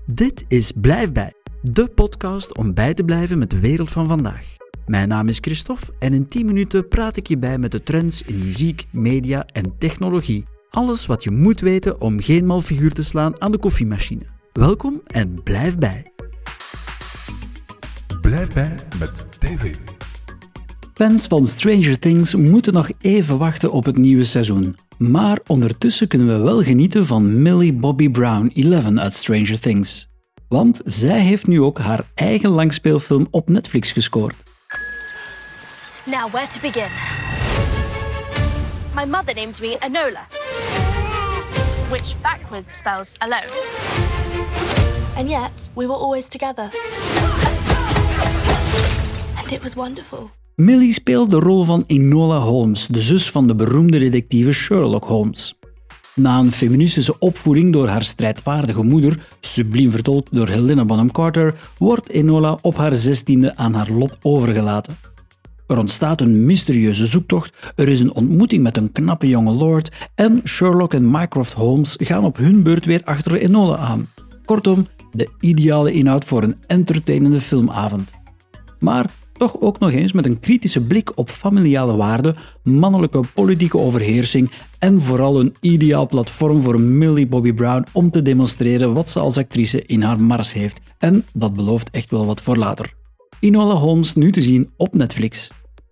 Dit is Blijf Bij, de podcast om bij te blijven met de wereld van vandaag. Mijn naam is Christophe en in 10 minuten praat ik je bij met de trends in muziek, media en technologie. Alles wat je moet weten om geen mal figuur te slaan aan de koffiemachine. Welkom en blijf bij. Blijf bij met TV. Fans van Stranger Things moeten nog even wachten op het nieuwe seizoen. Maar ondertussen kunnen we wel genieten van Millie Bobby Brown 11 uit Stranger Things. Want zij heeft nu ook haar eigen langspeelfilm op Netflix gescoord. Now, where to begin? My mother named me Enola, which backwards spells alone. And yet, we were always together. And it was wonderful. Millie speelt de rol van Enola Holmes, de zus van de beroemde detective Sherlock Holmes. Na een feministische opvoeding door haar strijdvaardige moeder, subliem vertolkt door Helena Bonham Carter, wordt Enola op haar 16e aan haar lot overgelaten. Er ontstaat een mysterieuze zoektocht, er is een ontmoeting met een knappe jonge lord en Sherlock en Mycroft Holmes gaan op hun beurt weer achter Enola aan. Kortom, de ideale inhoud voor een entertainende filmavond. Maar toch ook nog eens met een kritische blik op familiale waarden, mannelijke politieke overheersing en vooral een ideaal platform voor Millie Bobby Brown om te demonstreren wat ze als actrice in haar mars heeft. En dat belooft echt wel wat voor later. Enola Holmes nu te zien op Netflix.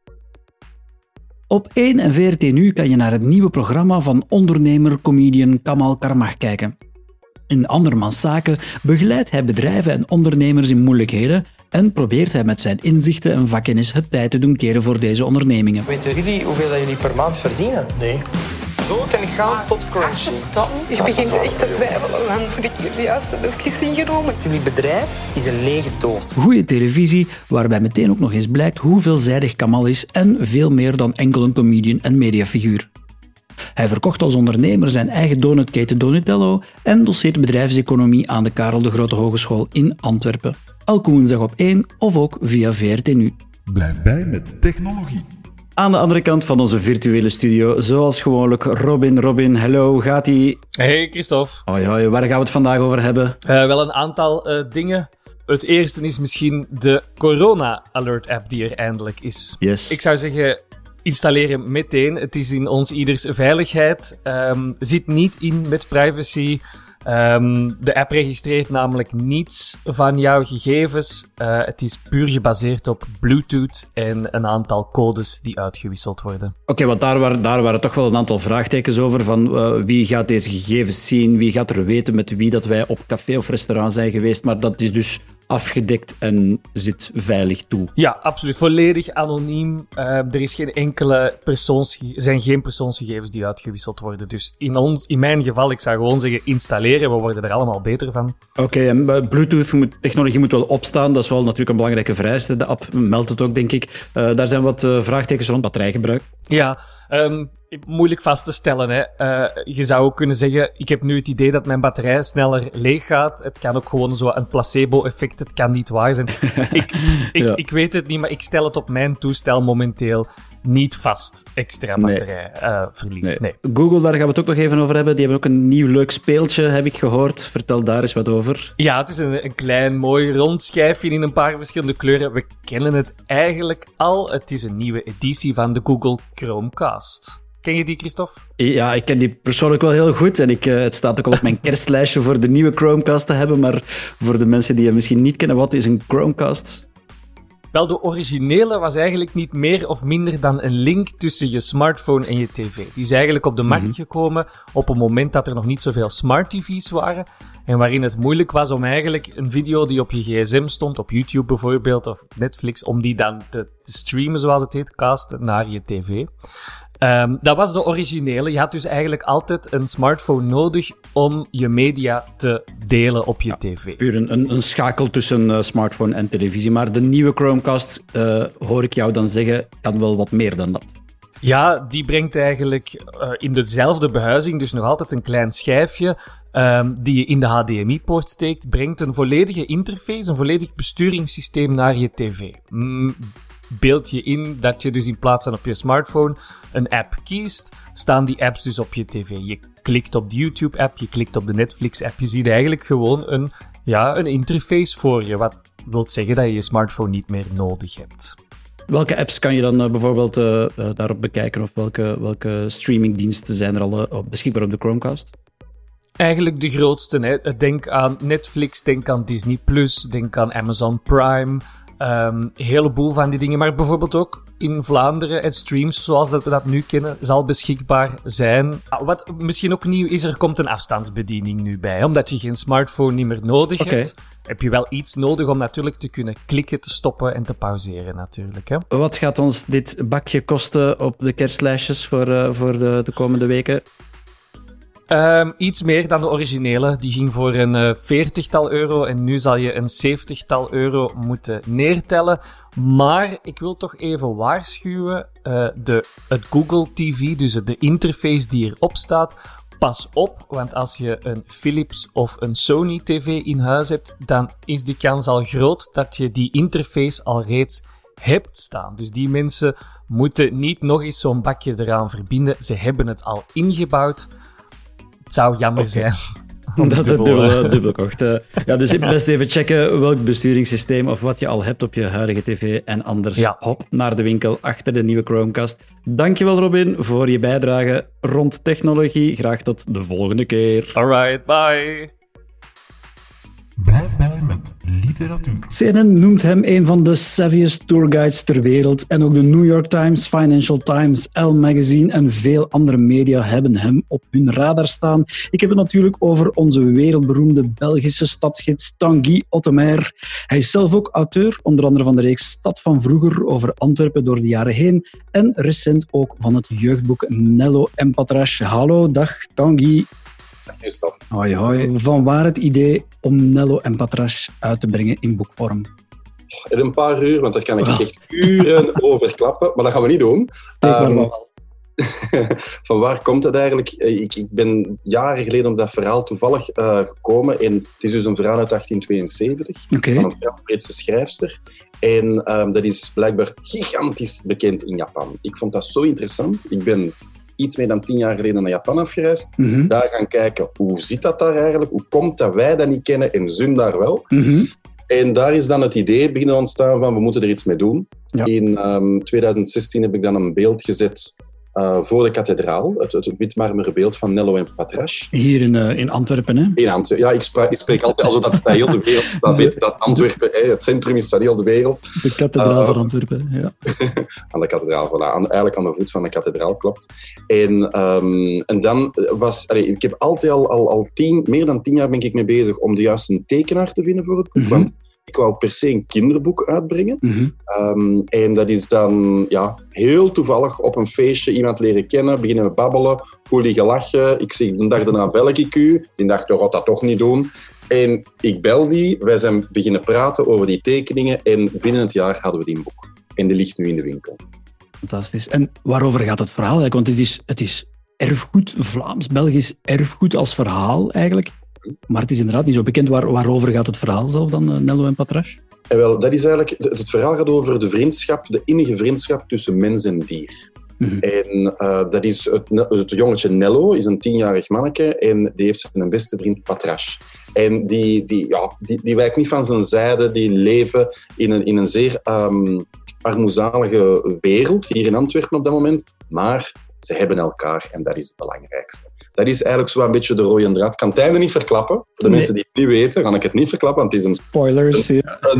Op 1 en VRT Nu kan je naar het nieuwe programma van ondernemer-comedian Kamal Karmach kijken. In Andermans Zaken begeleidt hij bedrijven en ondernemers in moeilijkheden en probeert hij met zijn inzichten en vakkennis het tijd te doen keren voor deze ondernemingen. Weten jullie hoeveel dat jullie per maand verdienen? Nee. Zo kan ik gaan tot Crunchy. Je begint echt te twijfelen. Dan heb ik hier de juiste beslissing genomen. Jullie bedrijf is een lege doos. Goeie televisie, waarbij meteen ook nog eens blijkt hoe veelzijdig Kamal is en veel meer dan enkel een comedian en mediafiguur. Hij verkocht als ondernemer zijn eigen donutketen Donatello en doseert bedrijfseconomie aan de Karel de Grote Hogeschool in Antwerpen. Elke woensdag op 1 of ook via VRT Nu. Blijf bij met technologie. Aan de andere kant van onze virtuele studio, zoals gewoonlijk, Robin. Robin, hallo, hoe gaat-ie? Hey Christophe. Hoi, hoi, waar gaan we het vandaag over hebben? Wel een aantal dingen. Het eerste is misschien de Corona Alert app die er eindelijk is. Yes. Ik zou zeggen, installeren meteen. Het is in ons ieders veiligheid. Zit niet in met privacy. De app registreert namelijk niets van jouw gegevens. Het is puur gebaseerd op Bluetooth en een aantal codes die uitgewisseld worden. Oké, want daar waren toch wel een aantal vraagtekens over van wie gaat deze gegevens zien, wie gaat er weten met wie dat wij op café of restaurant zijn geweest, maar dat is dus afgedekt en zit veilig toe. Ja, absoluut. Volledig anoniem. Er is zijn geen persoonsgegevens die uitgewisseld worden. Dus in mijn geval, ik zou gewoon zeggen installeren. We worden er allemaal beter van. Oké, en Bluetooth-technologie moet wel opstaan. Dat is wel natuurlijk een belangrijke vereiste. De app meldt het ook, denk ik. Daar zijn wat vraagtekens rond batterijgebruik. Ja, moeilijk vast te stellen. Hè. Je zou ook kunnen zeggen, ik heb nu het idee dat mijn batterij sneller leeg gaat. Het kan ook gewoon zo een placebo-effect. Het kan niet waar zijn. Ik weet het niet, maar ik stel het op mijn toestel momenteel niet vast. Extra batterijverlies. Nee. Google, daar gaan we het ook nog even over hebben. Die hebben ook een nieuw leuk speeltje, heb ik gehoord. Vertel daar eens wat over. Ja, het is een klein, mooi rond schijfje in een paar verschillende kleuren. We kennen het eigenlijk al. Het is een nieuwe editie van de Google Chromecast. Ken je die, Christophe? Ja, ik ken die persoonlijk wel heel goed. En het staat ook al op mijn kerstlijstje voor de nieuwe Chromecast te hebben. Maar voor de mensen die het misschien niet kennen, wat is een Chromecast? Wel, de originele was eigenlijk niet meer of minder dan een link tussen je smartphone en je tv. Die is eigenlijk op de markt gekomen op een moment dat er nog niet zoveel smart tv's waren. En waarin het moeilijk was om eigenlijk een video die op je gsm stond, op YouTube bijvoorbeeld, of Netflix, om die dan te streamen, zoals het heet, casten, naar je tv. Dat was de originele. Je had dus eigenlijk altijd een smartphone nodig om je media te delen op je tv. Puur een schakel tussen smartphone en televisie. Maar de nieuwe Chromecast, hoor ik jou dan zeggen, kan wel wat meer dan dat. Ja, die brengt eigenlijk in dezelfde behuizing, dus nog altijd een klein schijfje, die je in de HDMI-poort steekt, brengt een volledige interface, een volledig besturingssysteem naar je tv. Beeld je in dat je dus in plaats van op je smartphone een app kiest, staan die apps dus op je tv. Je klikt op de YouTube-app, je klikt op de Netflix-app, je ziet eigenlijk gewoon een een interface voor je. Wat wil zeggen dat je je smartphone niet meer nodig hebt. Welke apps kan je dan bijvoorbeeld daarop bekijken? Of welke streamingdiensten zijn er al beschikbaar op de Chromecast? Eigenlijk de grootste. Hè. Denk aan Netflix, denk aan Disney+, denk aan Amazon Prime. Een heleboel van die dingen. Maar bijvoorbeeld ook in Vlaanderen het streams, zoals dat we dat nu kennen, zal beschikbaar zijn. Wat misschien ook nieuw is, er komt een afstandsbediening nu bij. Omdat je geen smartphone niet meer nodig hebt, heb je wel iets nodig om natuurlijk te kunnen klikken, te stoppen en te pauzeren natuurlijk. Hè. Wat gaat ons dit bakje kosten op de kerstlijstjes voor de komende weken? Iets meer dan de originele. Die ging voor een 40-tal euro en nu zal je een 70-tal euro moeten neertellen. Maar ik wil toch even waarschuwen. Het Google TV, dus de interface die erop staat, pas op, want als je een Philips of een Sony TV in huis hebt, dan is de kans al groot dat je die interface al reeds hebt staan. Dus die mensen moeten niet nog eens zo'n bakje eraan verbinden. Ze hebben het al ingebouwd. Het zou jammer zijn. Dat het dubbel kocht. Dus best even checken welk besturingssysteem of wat je al hebt op je huidige tv. En anders hop naar de winkel achter de nieuwe Chromecast. Dankjewel Robin voor je bijdrage rond technologie. Graag tot de volgende keer. Alright, bye. Blijf bij met literatuur. CNN noemt hem een van de savviest tourguides ter wereld en ook de New York Times, Financial Times, Elle Magazine en veel andere media hebben hem op hun radar staan. Ik heb het natuurlijk over onze wereldberoemde Belgische stadsgids Tanguy Ottemeyer. Hij is zelf ook auteur, onder andere van de reeks Stad van Vroeger over Antwerpen door de jaren heen en recent ook van het jeugdboek Nello en Patrache. Hallo, dag Tanguy. Hoi, hoi. Van waar het idee om Nello en Patrache uit te brengen in boekvorm? In een paar uur, want daar kan ik echt uren over klappen, maar dat gaan we niet doen. Van waar komt het eigenlijk? Ik ben jaren geleden op dat verhaal toevallig gekomen. En het is dus een verhaal uit 1872 van een Britse schrijfster. En dat is blijkbaar gigantisch bekend in Japan. Ik vond dat zo interessant. Ik ben iets meer dan 10 jaar geleden naar Japan afgereisd. Daar gaan kijken, hoe zit dat daar eigenlijk? Hoe komt dat wij dat niet kennen en Zun daar wel? En daar is dan het idee beginnen ontstaan van, we moeten er iets mee doen. Ja. In 2016 heb ik dan een beeld gezet voor de kathedraal. Het witmarmeren beeld van Nello en Patrache. Hier in Antwerpen, hè? In Antwerpen. Ja, ik spreek altijd alsof dat heel de wereld dat weet, dat Antwerpen het centrum is van heel de wereld. De kathedraal van Antwerpen, ja. Aan de kathedraal, eigenlijk aan de voet van de kathedraal, klopt. En dan was... ik heb altijd al meer dan 10 jaar ben ik mee bezig om de juiste tekenaar te vinden voor het boek. Want ik wou per se een kinderboek uitbrengen. En dat is dan heel toevallig op een feestje iemand leren kennen, beginnen we babbelen, hoe liggen lachen. Ik zeg de dag daarna bel ik u. Die dacht, je gaat dat toch niet doen. En ik bel die, wij zijn beginnen praten over die tekeningen en binnen het jaar hadden we die in boek. En die ligt nu in de winkel. Fantastisch. En waarover gaat het verhaal eigenlijk? Want het is erfgoed, Vlaams-Belgisch erfgoed als verhaal eigenlijk. Maar het is inderdaad niet zo bekend. Waarover gaat het verhaal zelf dan, Nello en Patrache? Wel, dat is eigenlijk... Het verhaal gaat over de vriendschap, de innige vriendschap tussen mens en dier. En dat is het jongetje Nello, is een 10-jarig manneke en die heeft zijn beste vriend Patrache. En die wijkt niet van zijn zijde, die leven in een zeer armoezalige wereld, hier in Antwerpen op dat moment. Maar ze hebben elkaar en dat is het belangrijkste. Dat is eigenlijk zo een beetje de rode draad. Ik kan het einde niet verklappen. Voor de mensen die het niet weten, kan ik het niet verklappen, want het is een... Spoilers,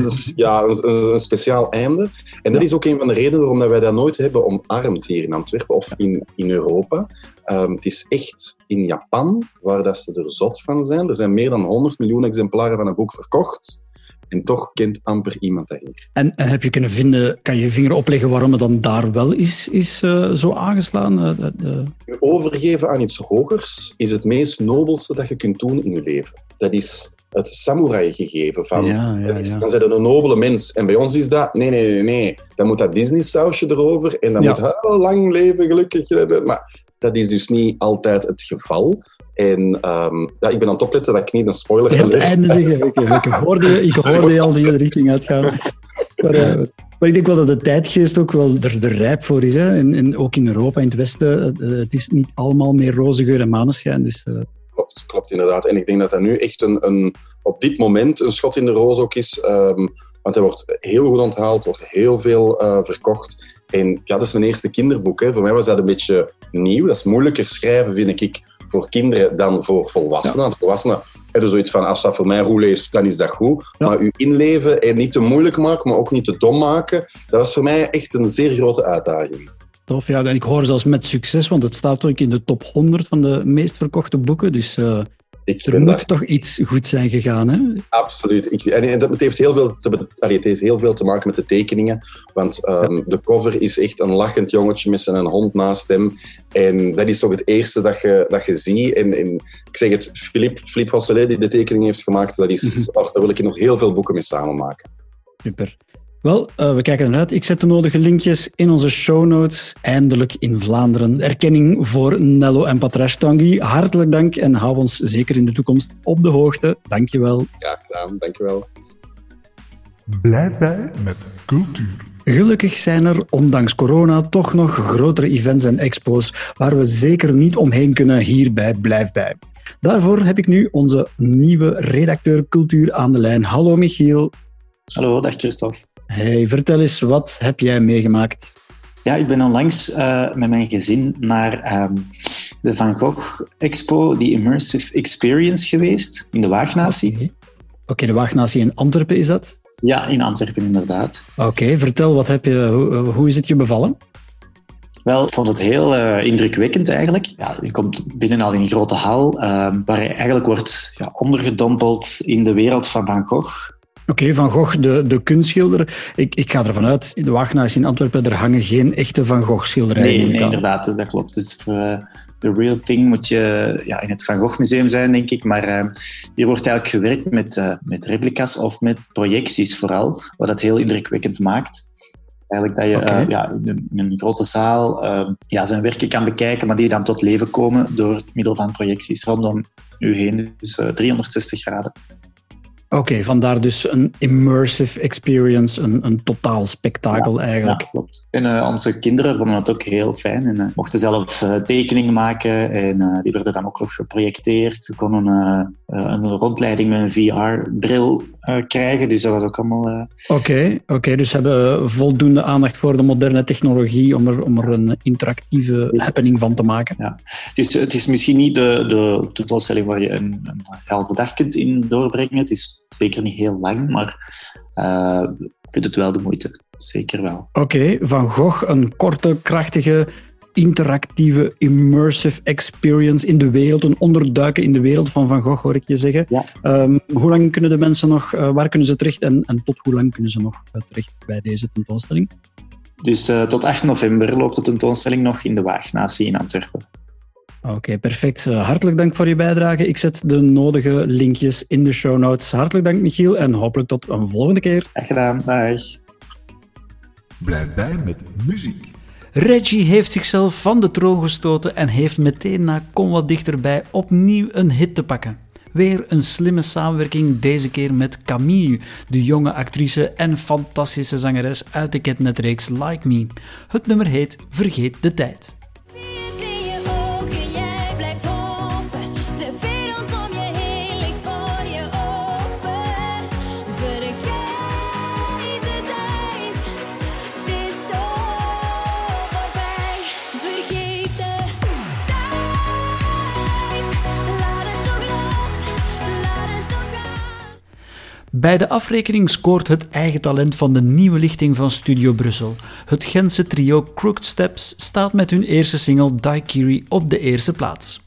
een speciaal einde. En dat is ook een van de redenen waarom wij dat nooit hebben omarmd hier in Antwerpen of in Europa. Het is echt in Japan, waar dat ze er zot van zijn. Er zijn meer dan 100 miljoen exemplaren van een boek verkocht. En toch kent amper iemand dat hier. En heb je kunnen vinden, kan je je vinger opleggen waarom het dan daar wel is zo aangeslaan? Overgeven aan iets hogers is het meest nobelste dat je kunt doen in je leven. Dat is het samurai-gegeven. Dan zijn een nobele mens. En bij ons is dat, nee. Dan moet dat Disney-sausje erover en dan moet heel lang leven, gelukkig. Maar dat is dus niet altijd het geval. En ik ben aan het opletten dat ik niet een spoiler ga lezen. Het einde zeggen. Ik hoorde je al die richting uitgaan. Maar ik denk wel dat de tijdgeest ook wel er rijp voor is. Hè? En ook in Europa, in het Westen, het is niet allemaal meer roze geur en maneschijn. Dus Klopt inderdaad. En ik denk dat dat nu echt op dit moment een schot in de roos ook is. Want hij wordt heel goed onthaald, wordt heel veel verkocht. En ja, dat is mijn eerste kinderboek. Hè. Voor mij was dat een beetje nieuw. Dat is moeilijker schrijven, vind ik, voor kinderen dan voor volwassenen. Want volwassenen hebben zoiets van, als dat voor mij goed leest, dan is dat goed. Ja. Maar u inleven en niet te moeilijk maken, maar ook niet te dom maken, dat was voor mij echt een zeer grote uitdaging. Tof, ja. En ik hoor zelfs met succes, want het staat ook in de top 100 van de meest verkochte boeken. Dus er moet toch iets goed zijn gegaan, hè? Absoluut. Het heeft heel veel te maken met de tekeningen. Want de cover is echt een lachend jongetje met zijn hond naast hem. En dat is toch het eerste dat je ziet. En ik zeg het, Philippe Rosselet, die de tekening heeft gemaakt, daar wil ik nog heel veel boeken mee samen maken. Super. Wel, we kijken eruit. Ik zet de nodige linkjes in onze show notes. Eindelijk in Vlaanderen. Erkenning voor Nello en Patrash Tanguy. Hartelijk dank en hou ons zeker in de toekomst op de hoogte. Dank je wel. Graag gedaan, dank je wel. Blijf bij met cultuur. Gelukkig zijn er, ondanks corona, toch nog grotere events en expo's waar we zeker niet omheen kunnen hier bij Blijf bij. Daarvoor heb ik nu onze nieuwe redacteur cultuur aan de lijn. Hallo Michiel. Hallo, dag Christophe. Hey, vertel eens, wat heb jij meegemaakt? Ja, ik ben onlangs met mijn gezin naar de Van Gogh Expo, die Immersive Experience geweest, in de Waagnatie. Oké, de Waagnatie in Antwerpen is dat? Ja, in Antwerpen inderdaad. Oké, vertel, hoe is het je bevallen? Wel, ik vond het heel indrukwekkend eigenlijk. Ja, je komt binnen al in een grote hal, waar je eigenlijk wordt ondergedompeld in de wereld van Van Gogh. Oké, Van Gogh, de kunstschilder. Ik ga ervan uit, in de Waagnatie in Antwerpen, er hangen geen echte Van Gogh-schilderijen. Nee, inderdaad, dat klopt. Dus the real thing moet je in het Van Gogh Museum zijn, denk ik. Maar hier wordt eigenlijk gewerkt met replica's of met projecties vooral, wat dat heel indrukwekkend maakt. Eigenlijk dat je in een grote zaal zijn werken kan bekijken, maar die dan tot leven komen door middel van projecties rondom u heen. Dus 360 graden. Oké, vandaar dus een immersive experience, een totaal spektakel eigenlijk. Ja, klopt. En onze kinderen vonden het ook heel fijn en mochten zelf tekeningen maken en die werden dan ook nog geprojecteerd. Ze konden een rondleiding met een VR-bril krijgen, dus dat was ook allemaal... Oké, dus ze hebben voldoende aandacht voor de moderne technologie om er een interactieve happening van te maken. Ja. Dus het is misschien niet de tentoonstelling waar je een halve dag kunt in doorbrengen. Het is zeker niet heel lang, maar ik vind het wel de moeite. Zeker wel. Oké, Van Gogh, een korte, krachtige, interactieve, immersive experience in de wereld, een onderduiken in de wereld van Van Gogh, hoor ik je zeggen. Ja. Hoe lang kunnen de mensen nog, waar kunnen ze terecht en tot hoe lang kunnen ze nog terecht bij deze tentoonstelling? Dus tot 8 november loopt de tentoonstelling nog in de Waagnatie in Antwerpen. Oké, perfect. Hartelijk dank voor je bijdrage. Ik zet de nodige linkjes in de show notes. Hartelijk dank, Michiel, en hopelijk tot een volgende keer. Graag gedaan. Dag. Blijf bij met muziek. Reggie heeft zichzelf van de troon gestoten en heeft meteen na Kom wat dichterbij opnieuw een hit te pakken. Weer een slimme samenwerking, deze keer met Camille, de jonge actrice en fantastische zangeres uit de Ketnet-reeks Like Me. Het nummer heet Vergeet de tijd. Bij de afrekening scoort het eigen talent van de nieuwe lichting van Studio Brussel. Het Gentse trio Crooked Steps staat met hun eerste single Daiquiri op de eerste plaats.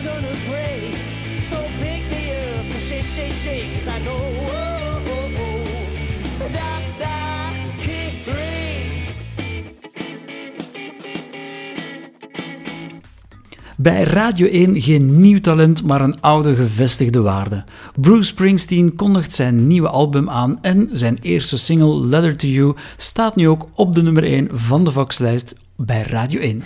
Bij Radio 1 geen nieuw talent, maar een oude gevestigde waarde. Bruce Springsteen kondigt zijn nieuwe album aan en zijn eerste single Letter to You staat nu ook op de nummer 1 van de Vox-lijst bij Radio 1.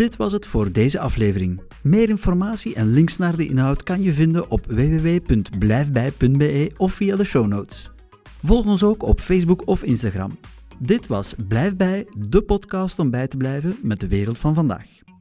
Dit was het voor deze aflevering. Meer informatie en links naar de inhoud kan je vinden op www.blijfbij.be of via de show notes. Volg ons ook op Facebook of Instagram. Dit was Blijf Bij, de podcast om bij te blijven met de wereld van vandaag.